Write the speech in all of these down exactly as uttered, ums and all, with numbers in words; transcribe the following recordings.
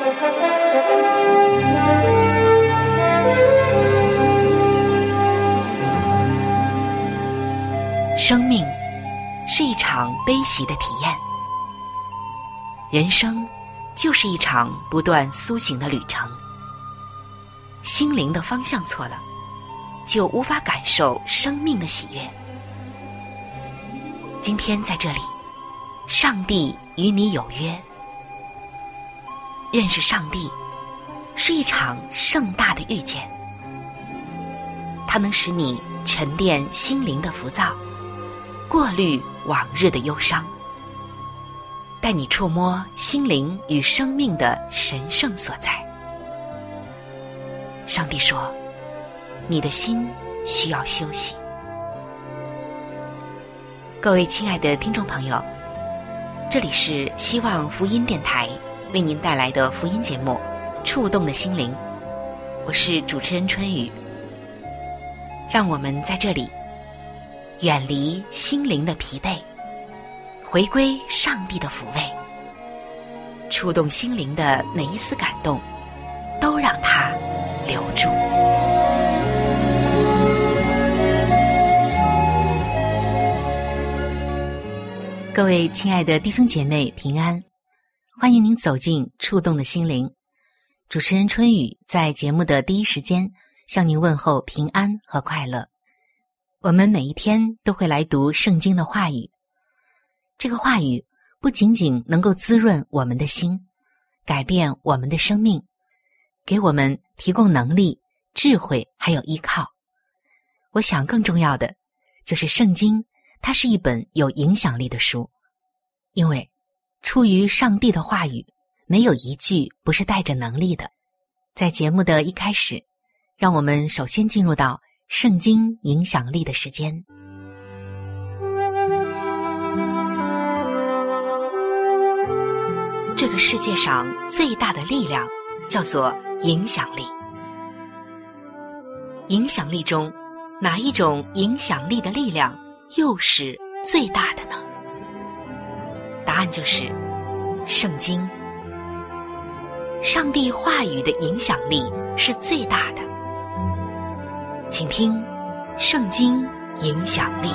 生命是一场悲喜的体验，人生就是一场不断苏醒的旅程。心灵的方向错了，就无法感受生命的喜悦。今天在这里，上帝与你有约。认识上帝是一场盛大的遇见，它能使你沉淀心灵的浮躁，过滤往日的忧伤，带你触摸心灵与生命的神圣所在。上帝说，你的心需要休息。各位亲爱的听众朋友，这里是希望福音电台为您带来的福音节目《触动的心灵》，我是主持人春雨。让我们在这里远离心灵的疲惫，回归上帝的抚慰，触动心灵的每一丝感动，都让它留住。各位亲爱的弟兄姐妹平安，欢迎您走进触动的心灵。主持人春雨在节目的第一时间向您问候平安和快乐。我们每一天都会来读圣经的话语，这个话语不仅仅能够滋润我们的心，改变我们的生命，给我们提供能力、智慧还有依靠。我想更重要的就是圣经，它是一本有影响力的书，因为出于上帝的话语，没有一句不是带着能力的。在节目的一开始，让我们首先进入到圣经影响力的时间。这个世界上最大的力量叫做影响力。影响力中，哪一种影响力的力量又是最大的呢？答案就是圣经。上帝话语的影响力是最大的。请听圣经影响力。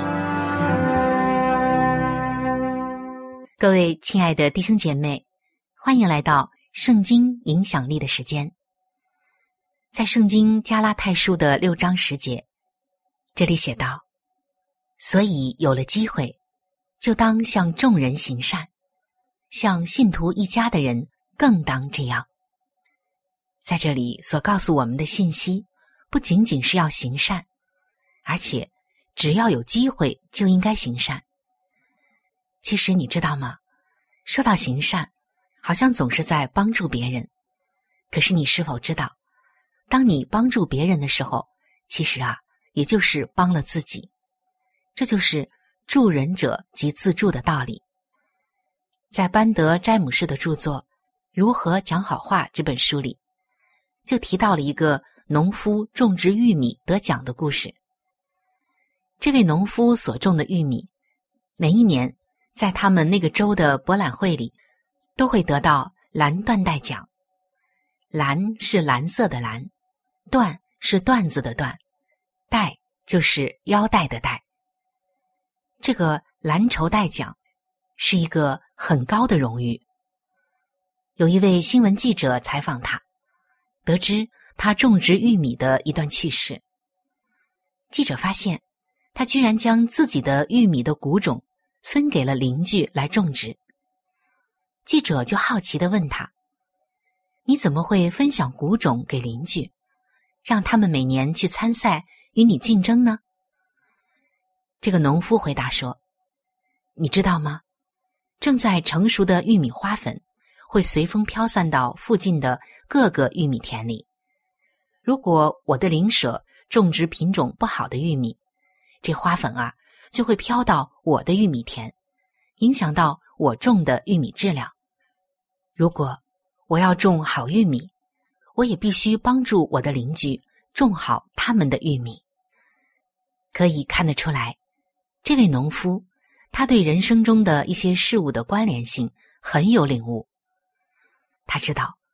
各位亲爱的弟兄姐妹，欢迎来到圣经影响力的时间。在圣经加拉太书的六章十节，这里写道，所以有了机会，就当向众人行善，向信徒一家的人更当这样。在这里所告诉我们的信息，不仅仅是要行善，而且只要有机会就应该行善。其实你知道吗？说到行善，好像总是在帮助别人。可是你是否知道，当你帮助别人的时候，其实啊，也就是帮了自己。这就是助人者即自助的道理。在班德斋姆士的著作《如何讲好话》这本书里，就提到了一个农夫种植玉米得奖的故事。这位农夫所种的玉米，每一年在他们那个州的博览会里都会得到蓝缎带奖。蓝是蓝色的蓝，缎是缎子的缎，带就是腰带的带。这个蓝绸带奖是一个很高的荣誉。有一位新闻记者采访他，得知他种植玉米的一段趣事。记者发现，他居然将自己的玉米的谷种分给了邻居来种植。记者就好奇地问他，你怎么会分享谷种给邻居，让他们每年去参赛与你竞争呢？这个农夫回答说，你知道吗？正在成熟的玉米花粉会随风飘散到附近的各个玉米田里。如果我的邻舍种植品种不好的玉米，这花粉啊就会飘到我的玉米田，影响到我种的玉米质量。如果我要种好玉米，我也必须帮助我的邻居种好他们的玉米。可以看得出来，这位农夫他对人生中的一些事物的关联性很有领悟。他知道，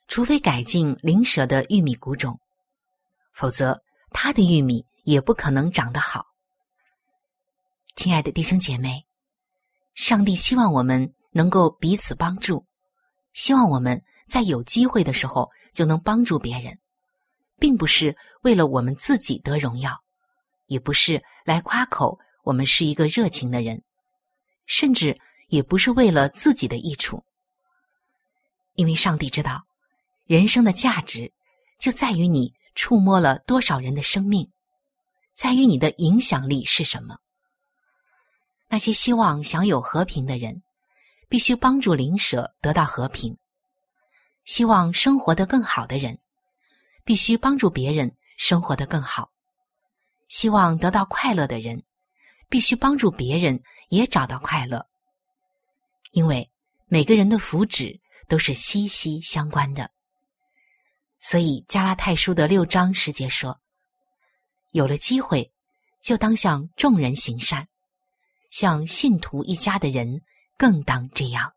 除非改进邻舍的玉米谷种，否则他的玉米也不可能长得好。亲爱的弟兄姐妹，上帝希望我们能够彼此帮助，希望我们在有机会的时候就能帮助别人，并不是为了我们自己得荣耀，也不是来夸口我们是一个热情的人，甚至也不是为了自己的益处。因为上帝知道，人生的价值就在于你触摸了多少人的生命，在于你的影响力是什么。那些希望享有和平的人，必须帮助邻舍得到和平；希望生活得更好的人，必须帮助别人生活得更好；希望得到快乐的人，必须帮助别人也找到快乐。因为每个人的福祉都是息息相关的。所以加拉太书的六章十节说，有了机会就当向众人行善，向信徒一家的人更当这样。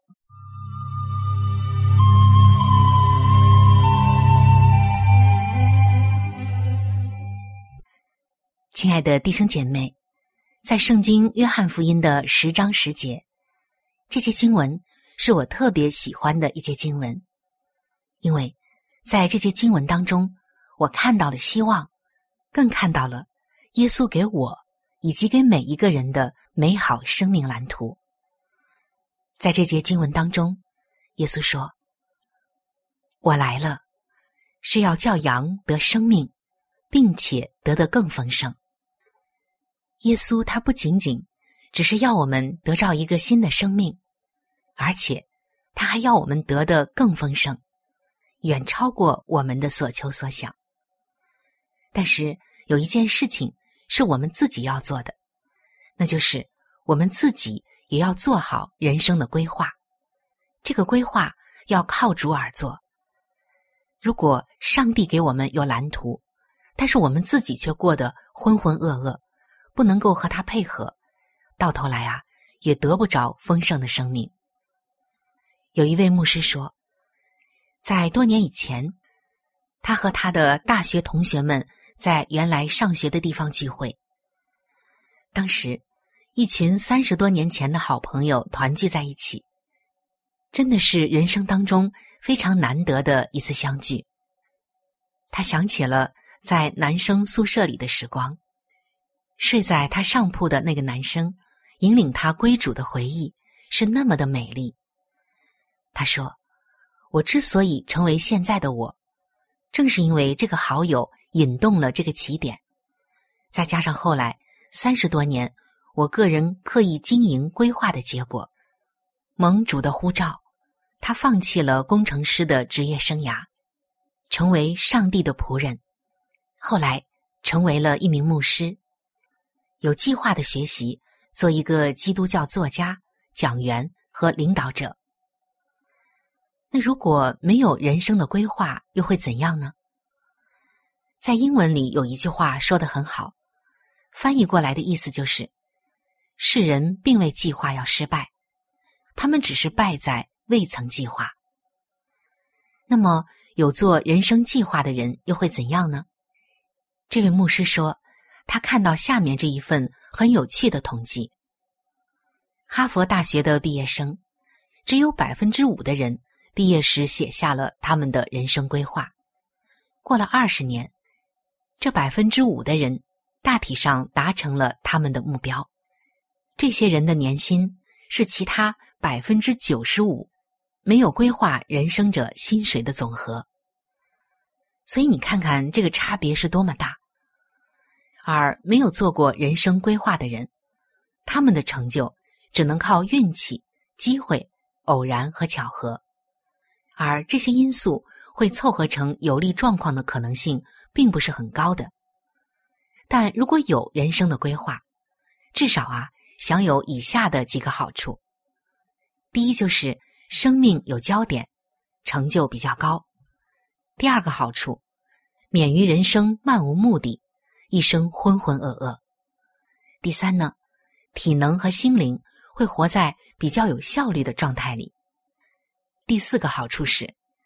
亲爱的弟兄姐妹，在圣经约翰福音的十章十节，这节经文是我特别喜欢的一节经文，因为在这节经文当中，我看到了希望，更看到了耶稣给我以及给每一个人的美好生命蓝图。在这节经文当中，耶稣说，我来了，是要叫羊得生命，并且得得更丰盛。耶稣他不仅仅只是要我们得到一个新的生命，而且他还要我们得得更丰盛，远超过我们的所求所想。但是有一件事情是我们自己要做的，那就是我们自己也要做好人生的规划。这个规划要靠主而做。如果上帝给我们有蓝图，但是我们自己却过得浑浑噩噩，不能够和他配合，到头来啊，也得不着丰盛的生命。有一位牧师说，在多年以前，他和他的大学同学们在原来上学的地方聚会。当时一群三十多年前的好朋友团聚在一起，真的是人生当中非常难得的一次相聚。他想起了在男生宿舍里的时光，睡在他上铺的那个男生引领他归主的回忆是那么的美丽。他说，我之所以成为现在的我，正是因为这个好友引动了这个起点，再加上后来三十多年我个人刻意经营规划的结果，蒙主的呼召，他放弃了工程师的职业生涯，成为上帝的仆人，后来成为了一名牧师，有计划的学习做一个基督教作家、讲员和领导者。那如果没有人生的规划，又会怎样呢？在英文里有一句话说得很好，翻译过来的意思就是，世人并未计划要失败，他们只是败在未曾计划。那么有做人生计划的人又会怎样呢？这位牧师说，他看到下面这一份很有趣的统计。哈佛大学的毕业生，只有 百分之五 的人毕业时写下了他们的人生规划。过了二十年，这 百分之五 的人大体上达成了他们的目标。这些人的年薪是其他 百分之九十五 没有规划人生者薪水的总和。所以你看看这个差别是多么大。而没有做过人生规划的人，他们的成就只能靠运气、机会、偶然和巧合，而这些因素会凑合成有利状况的可能性并不是很高的。但如果有人生的规划，至少啊，享有以下的几个好处。第一就是生命有焦点，成就比较高。第二个好处，免于人生漫无目的，一生浑浑噩噩。第三呢，体能和心灵会活在比较有效率的状态里。第四个好处是，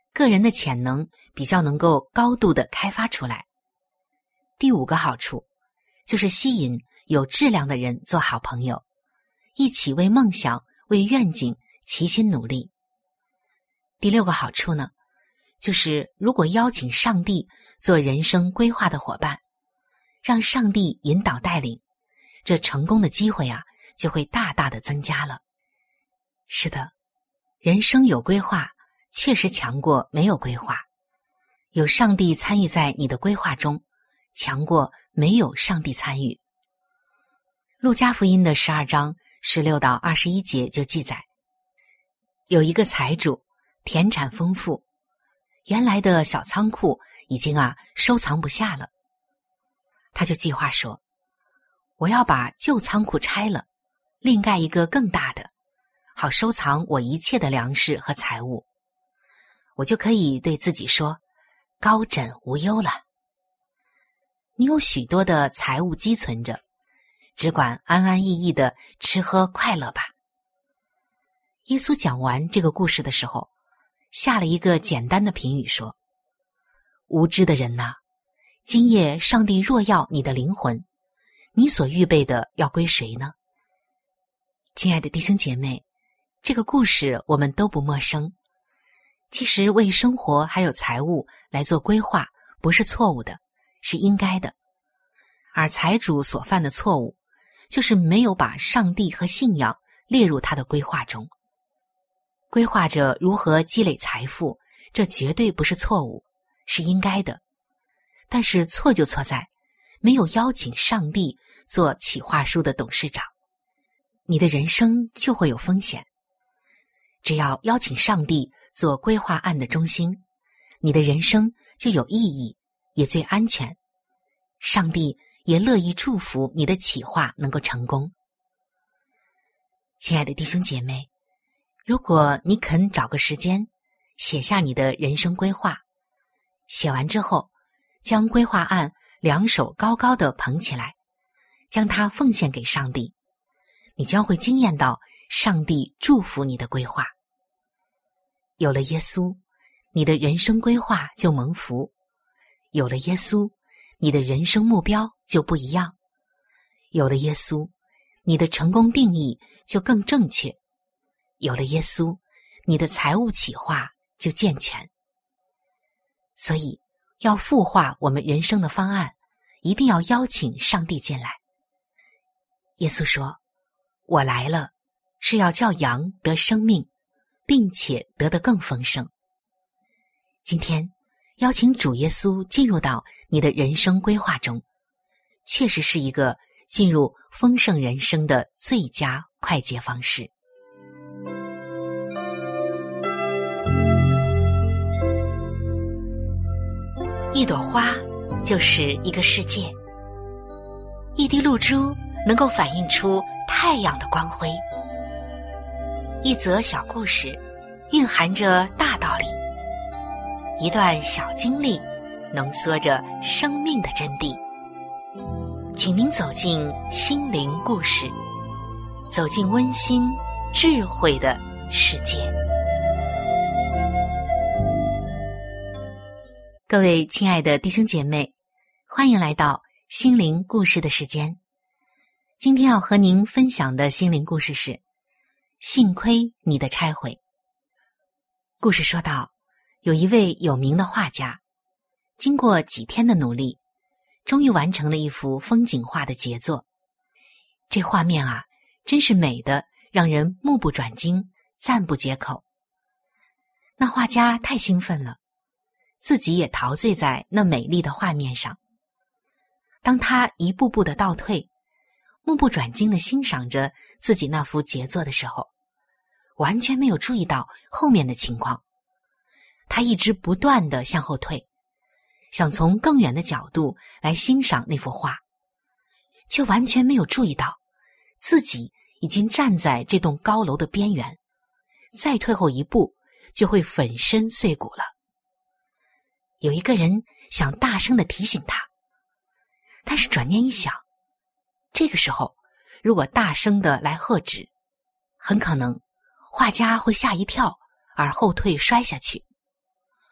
个人的潜能比较能够高度的开发出来。第五个好处就是吸引有质量的人做好朋友，一起为梦想、为愿景齐心努力。第六个好处呢，就是如果邀请上帝做人生规划的伙伴，让上帝引导带领，这成功的机会啊，就会大大的增加了。是的，人生有规划，确实强过没有规划。有上帝参与在你的规划中，强过没有上帝参与。路加福音的十二章十六到二十一节就记载，有一个财主，田产丰富，原来的小仓库已经啊收藏不下了。他就计划说，我要把旧仓库拆了，另盖一个更大的，好收藏我一切的粮食和财物，我就可以对自己说，高枕无忧了。你有许多的财物积存着，只管安安逸逸的吃喝快乐吧。耶稣讲完这个故事的时候，下了一个简单的评语说，无知的人哪，今夜上帝若要你的灵魂，你所预备的要归谁呢？亲爱的弟兄姐妹，这个故事我们都不陌生。其实为生活还有财务来做规划不是错误的，是应该的。而财主所犯的错误，就是没有把上帝和信仰列入他的规划中。规划着如何积累财富，这绝对不是错误，是应该的。但是错就错在没有邀请上帝做企划书的董事长，你的人生就会有风险。只要邀请上帝做规划案的中心，你的人生就有意义，也最安全。上帝也乐意祝福你的企划能够成功。亲爱的弟兄姐妹，如果你肯找个时间写下你的人生规划，写完之后将规划案两手高高地捧起来，将它奉献给上帝，你将会惊艳到上帝祝福你的规划。有了耶稣，你的人生规划就蒙福；有了耶稣，你的人生目标就不一样；有了耶稣，你的成功定义就更正确；有了耶稣，你的财务企划就健全。所以要孵化我们人生的方案，一定要邀请上帝进来。耶稣说，我来了，是要叫羊得生命，并且得得更丰盛。今天邀请主耶稣进入到你的人生规划中，确实是一个进入丰盛人生的最佳快捷方式。一朵花就是一个世界，一滴露珠能够反映出太阳的光辉，一则小故事蕴含着大道理，一段小经历浓缩着生命的真谛。请您走进心灵故事，走进温馨智慧的世界。各位亲爱的弟兄姐妹，欢迎来到心灵故事的时间。今天要和您分享的心灵故事是幸亏你的拆毁。故事说到，有一位有名的画家，经过几天的努力，终于完成了一幅风景画的杰作。这画面啊，真是美的让人目不转睛，赞不绝口。那画家太兴奋了，自己也陶醉在那美丽的画面上。当他一步步的倒退，目不转睛地欣赏着自己那幅杰作的时候，完全没有注意到后面的情况。他一直不断地向后退，想从更远的角度来欣赏那幅画，却完全没有注意到自己已经站在这栋高楼的边缘，再退后一步就会粉身碎骨了。有一个人想大声地提醒他，但是转念一想，这个时候如果大声地来喝止，很可能画家会吓一跳而后退摔下去。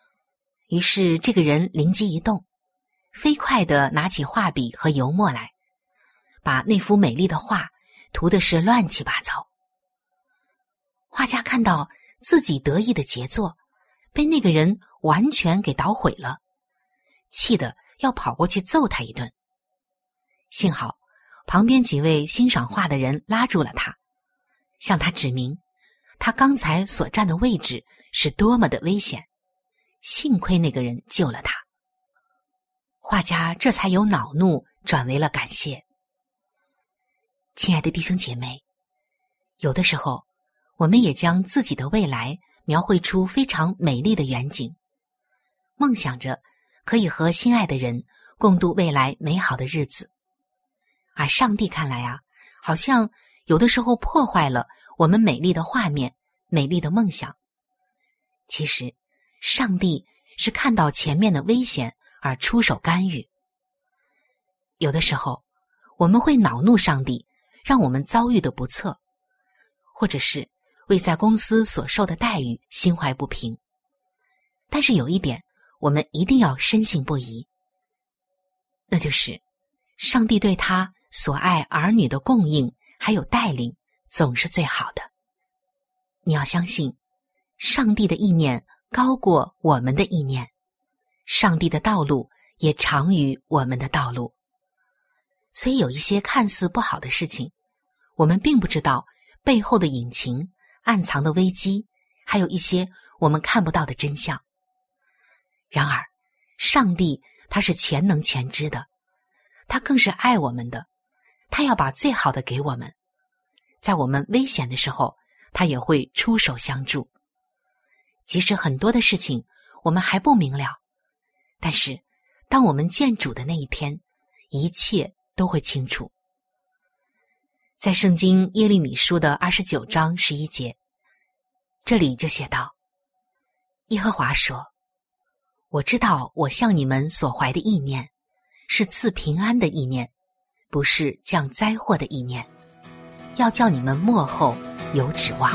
于是这个人灵机一动，飞快地拿起画笔和油墨来，把那幅美丽的画涂的是乱七八糟。画家看到自己得意的杰作被那个人完全给捣毁了，气得要跑过去揍他一顿。幸好旁边几位欣赏画的人拉住了他，向他指明他刚才所站的位置是多么的危险，幸亏那个人救了他。画家这才由恼怒转为了感谢。亲爱的弟兄姐妹，有的时候我们也将自己的未来描绘出非常美丽的远景，梦想着可以和心爱的人共度未来美好的日子。而上帝看来啊，好像有的时候破坏了我们美丽的画面，美丽的梦想。其实上帝是看到前面的危险而出手干预。有的时候我们会恼怒上帝，让我们遭遇的不测，或者是为在公司所受的待遇心怀不平。但是有一点我们一定要深信不疑，那就是上帝对他所爱儿女的供应还有带领总是最好的。你要相信上帝的意念高过我们的意念，上帝的道路也长于我们的道路。所以有一些看似不好的事情，我们并不知道背后的隐情，暗藏的危机，还有一些我们看不到的真相。然而上帝他是全能全知的，他更是爱我们的，他要把最好的给我们，在我们危险的时候他也会出手相助。即使很多的事情我们还不明了，但是当我们见主的那一天，一切都会清楚。在圣经耶利米书的二十九章十一节，这里就写道：耶和华说，我知道我向你们所怀的意念是赐平安的意念，不是降灾祸的意念，要叫你们末后有指望。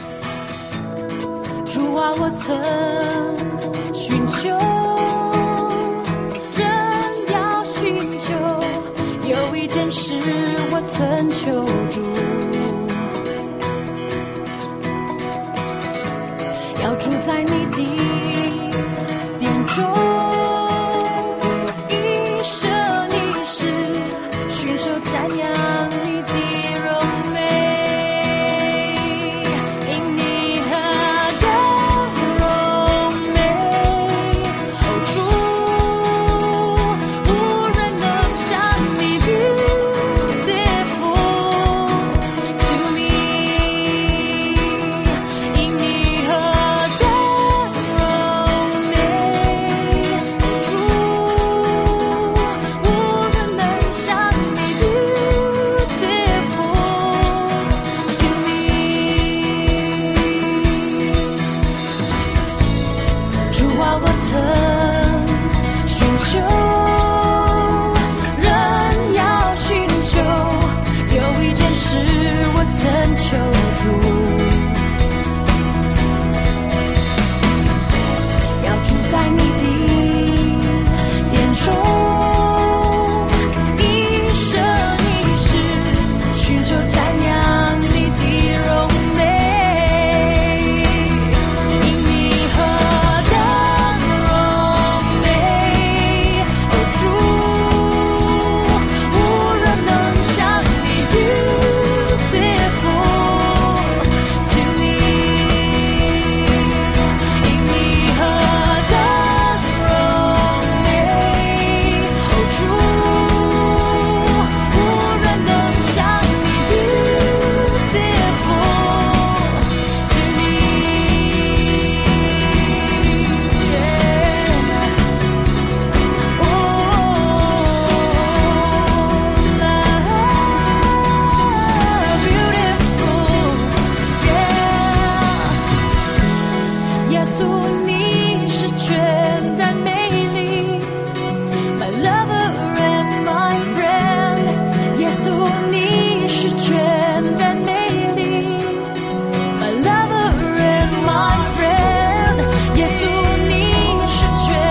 主啊，我曾寻求，人要寻求，有一件事我曾求助，要住在你的殿中，一生一世寻求瞻仰你的荣美。耶稣，你是全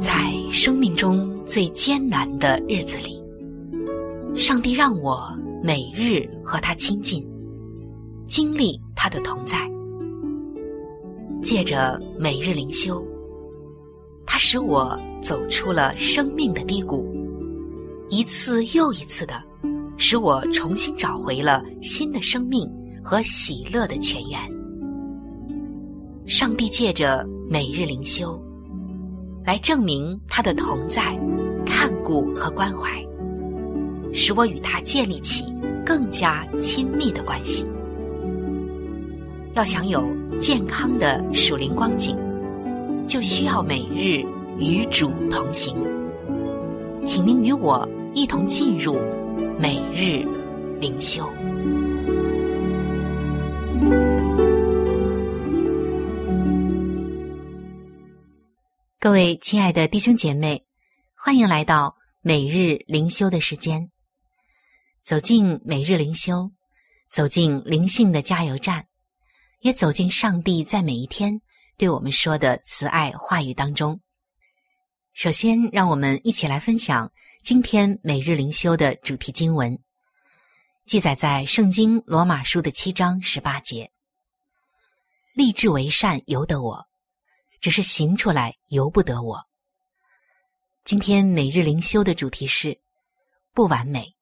在生命中最艰难的日子里，上帝让我每日和他亲近，经历他的同在。借着每日灵修，他使我走出了生命的低谷，一次又一次的使我重新找回了新的生命和喜乐的泉源。上帝借着每日灵修来证明他的同在、看顾和关怀，使我与他建立起更加亲密的关系。要想有健康的属灵光景，就需要每日与主同行。请您与我一同进入每日灵修。各位亲爱的弟兄姐妹，欢迎来到每日灵修的时间。走进每日灵修，走进灵性的加油站，也走进上帝在每一天对我们说的慈爱话语当中。首先，让我们一起来分享今天每日灵修的主题经文，记载在圣经罗马书的七章十八节。立志为善由得我，只是行出来由不得我。今天每日灵修的主题是不完美。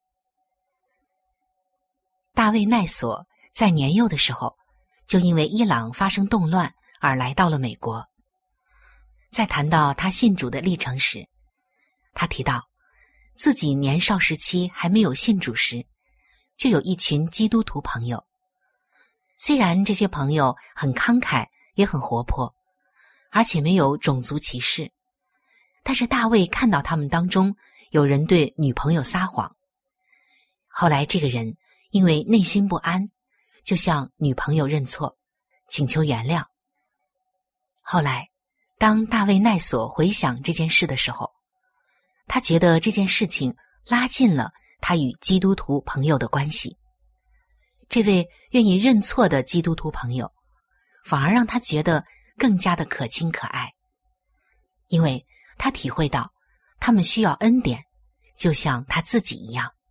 大卫奈索在年幼的时候就因为伊朗发生动乱而来到了美国。在谈到他信主的历程时，他提到自己年少时期还没有信主时，就有一群基督徒朋友。虽然这些朋友很慷慨，也很活泼，而且没有种族歧视，但是大卫看到他们当中有人对女朋友撒谎。后来这个人因为内心不安，就向女朋友认错，请求原谅。后来当大卫奈索回想这件事的时候，他觉得这件事情拉近了他与基督徒朋友的关系。这位愿意认错的基督徒朋友反而让他觉得更加的可亲可爱，因为他体会到他们需要恩典，就像他自己一样。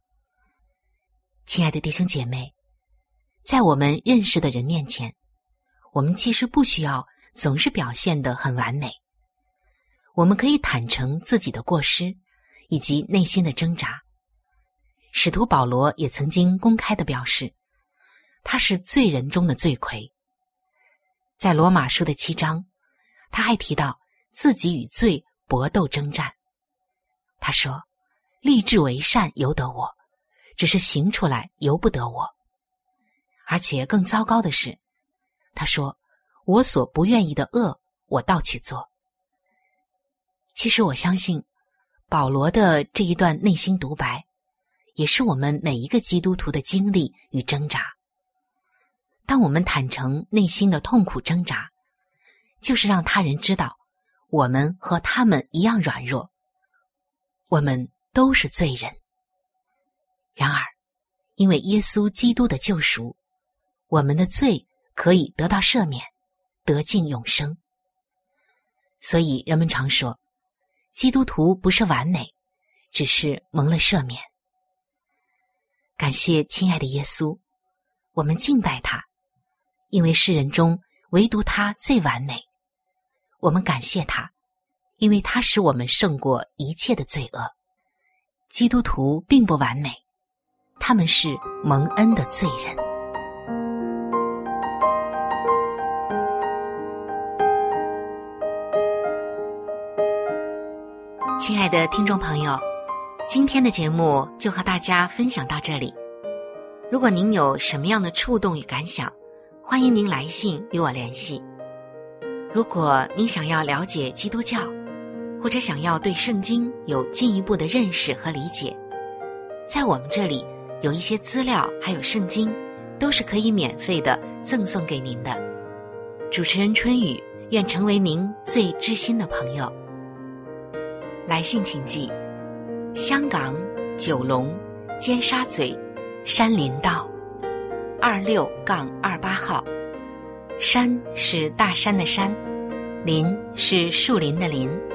亲爱的弟兄姐妹，在我们认识的人面前，我们其实不需要总是表现得很完美，我们可以坦诚自己的过失以及内心的挣扎。使徒保罗也曾经公开地表示，他是罪人中的罪魁。在罗马书的七章，他还提到自己与罪搏斗征战。他说，立志为善由得我，只是行出来由不得我。而且更糟糕的是，他说，我所不愿意的恶我倒去做。其实我相信保罗的这一段内心独白也是我们每一个基督徒的经历与挣扎。当我们坦诚内心的痛苦挣扎，就是让他人知道我们和他们一样软弱，我们都是罪人。然而因为耶稣基督的救赎，我们的罪可以得到赦免，得尽永生。所以人们常说，基督徒不是完美，只是蒙了赦免。感谢亲爱的耶稣，我们敬拜他，因为世人中唯独他最完美。我们感谢他，因为他使我们胜过一切的罪恶。基督徒并不完美，他们是蒙恩的罪人。亲爱的听众朋友，今天的节目就和大家分享到这里。如果您有什么样的触动与感想，欢迎您来信与我联系。如果您想要了解基督教，或者想要对圣经有进一步的认识和理解，在我们这里有一些资料还有圣经都是可以免费的赠送给您的。主持人春雨愿成为您最知心的朋友。来信请寄香港九龙尖沙咀山林道二六杠二八号，山是大山的山，林是树林的林，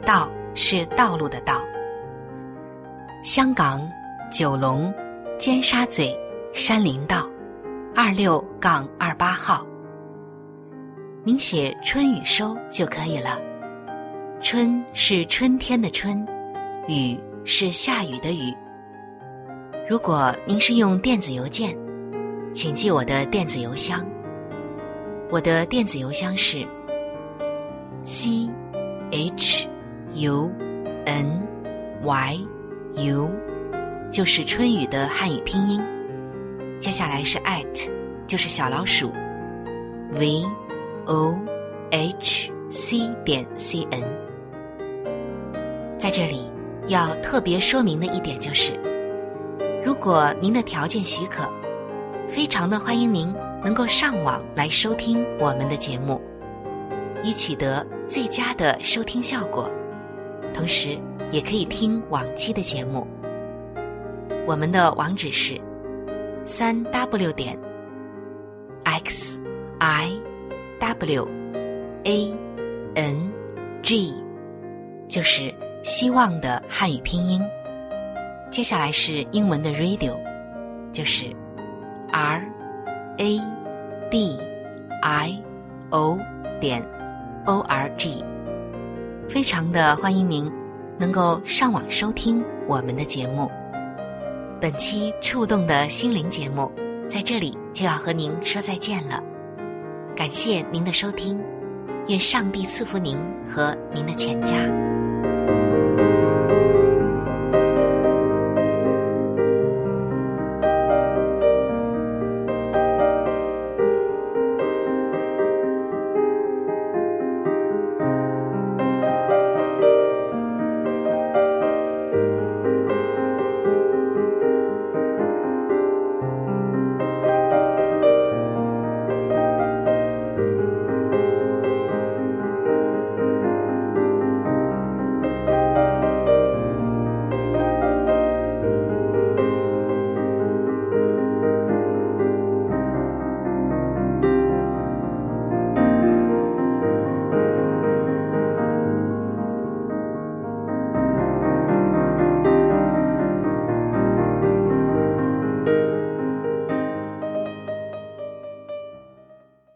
道是道路的道。香港九龙尖沙咀山林道二六杠二八号。您写春雨收就可以了。春是春天的春，雨是下雨的雨。如果您是用电子邮件，请记我的电子邮箱。我的电子邮箱是 c h u n y u， 就是春雨的汉语拼音，接下来是 at， 就是小老鼠 v o h c 点 c n。 在这里要特别说明的一点就是，如果您的条件许可，非常的欢迎您能够上网来收听我们的节目，以取得最佳的收听效果，同时也可以听往期的节目。我们的网址是 三 w 点 x i w a n g， 就是希望的汉语拼音。接下来是英文的 radio， 就是 r a d i o 点 o r g。 非常的欢迎您能够上网收听我们的节目。本期触动的心灵节目在这里就要和您说再见了，感谢您的收听，愿上帝赐福您和您的全家。